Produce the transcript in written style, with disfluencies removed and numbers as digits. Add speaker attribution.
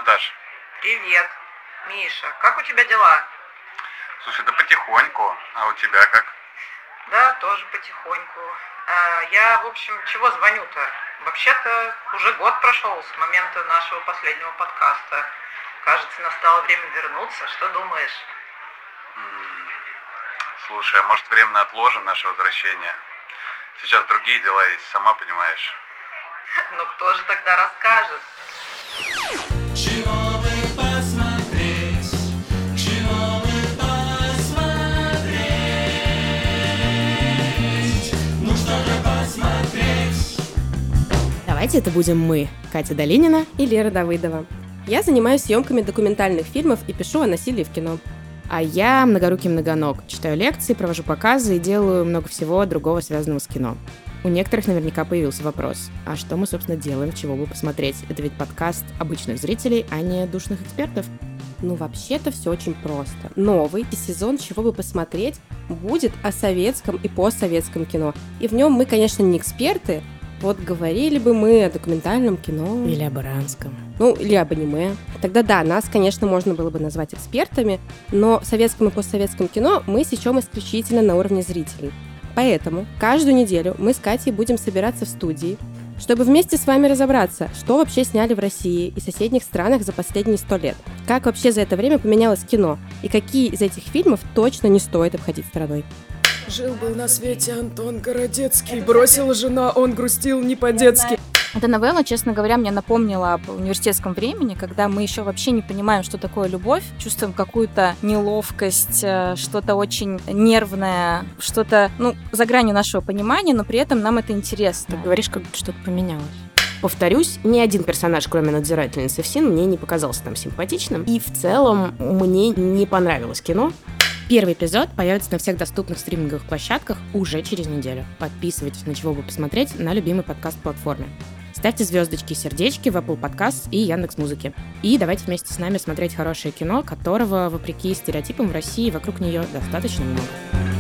Speaker 1: Наташ?
Speaker 2: Привет, Миша. Как у тебя дела?
Speaker 1: Слушай, да потихоньку. А у тебя как?
Speaker 2: Да, тоже потихоньку. Я, в общем, чего звоню-то? Вообще-то уже год прошел с момента нашего последнего подкаста. Кажется, настало время вернуться. Что думаешь?
Speaker 1: Слушай, а может временно отложим наше возвращение? Сейчас другие дела есть, сама понимаешь.
Speaker 2: Ну кто же тогда расскажет?
Speaker 3: Чего бы посмотреть, чего бы посмотреть, ну что же посмотреть?
Speaker 4: Давайте это будем мы, Катя Долинина
Speaker 5: и Лера Давыдова. Я занимаюсь съемками документальных фильмов и пишу о насилии в кино.
Speaker 4: А я многорукий многоног, читаю лекции, провожу показы и делаю много всего другого, связанного с кино. У некоторых наверняка появился вопрос, а что мы, собственно, делаем, чего бы посмотреть? Это ведь подкаст обычных зрителей, а не душных экспертов.
Speaker 5: Ну, вообще-то все очень просто. Новый сезон «Чего бы посмотреть» будет о советском и постсоветском кино. И в нем мы, конечно, не эксперты. Вот говорили бы мы о документальном кино.
Speaker 4: Или об иранском.
Speaker 5: Ну, или об аниме. Тогда да, нас, конечно, можно было бы назвать экспертами, но в советском и постсоветском кино мы сечем исключительно на уровне зрителей. Поэтому каждую неделю мы с Катей будем собираться в студии, чтобы вместе с вами разобраться, что вообще сняли в России и соседних странах за последние 100 лет, как вообще за это время поменялось кино, и какие из этих фильмов точно не стоит обходить стороной.
Speaker 6: Жил-был на свете Антон Городецкий, бросила жена, он грустил не по-детски.
Speaker 7: Эта новелла, честно говоря, мне напомнила об университетском времени, когда мы еще вообще не понимаем, что такое любовь, чувствуем какую-то неловкость, что-то очень нервное, что-то, за гранью нашего понимания, но при этом нам это интересно.
Speaker 4: Ты говоришь, как будто что-то поменялось. Повторюсь, ни один персонаж, кроме надзирательницы ФСИН, мне не показался там симпатичным. И в целом мне не понравилось кино. Первый эпизод появится на всех доступных стриминговых площадках уже через неделю. Подписывайтесь на «Чего бы посмотреть» на любимой подкаст-платформе. Ставьте звездочки и сердечки в Apple Podcasts и Яндекс.Музыке. И давайте вместе с нами смотреть хорошее кино, которого, вопреки стереотипам, в России вокруг нее достаточно много.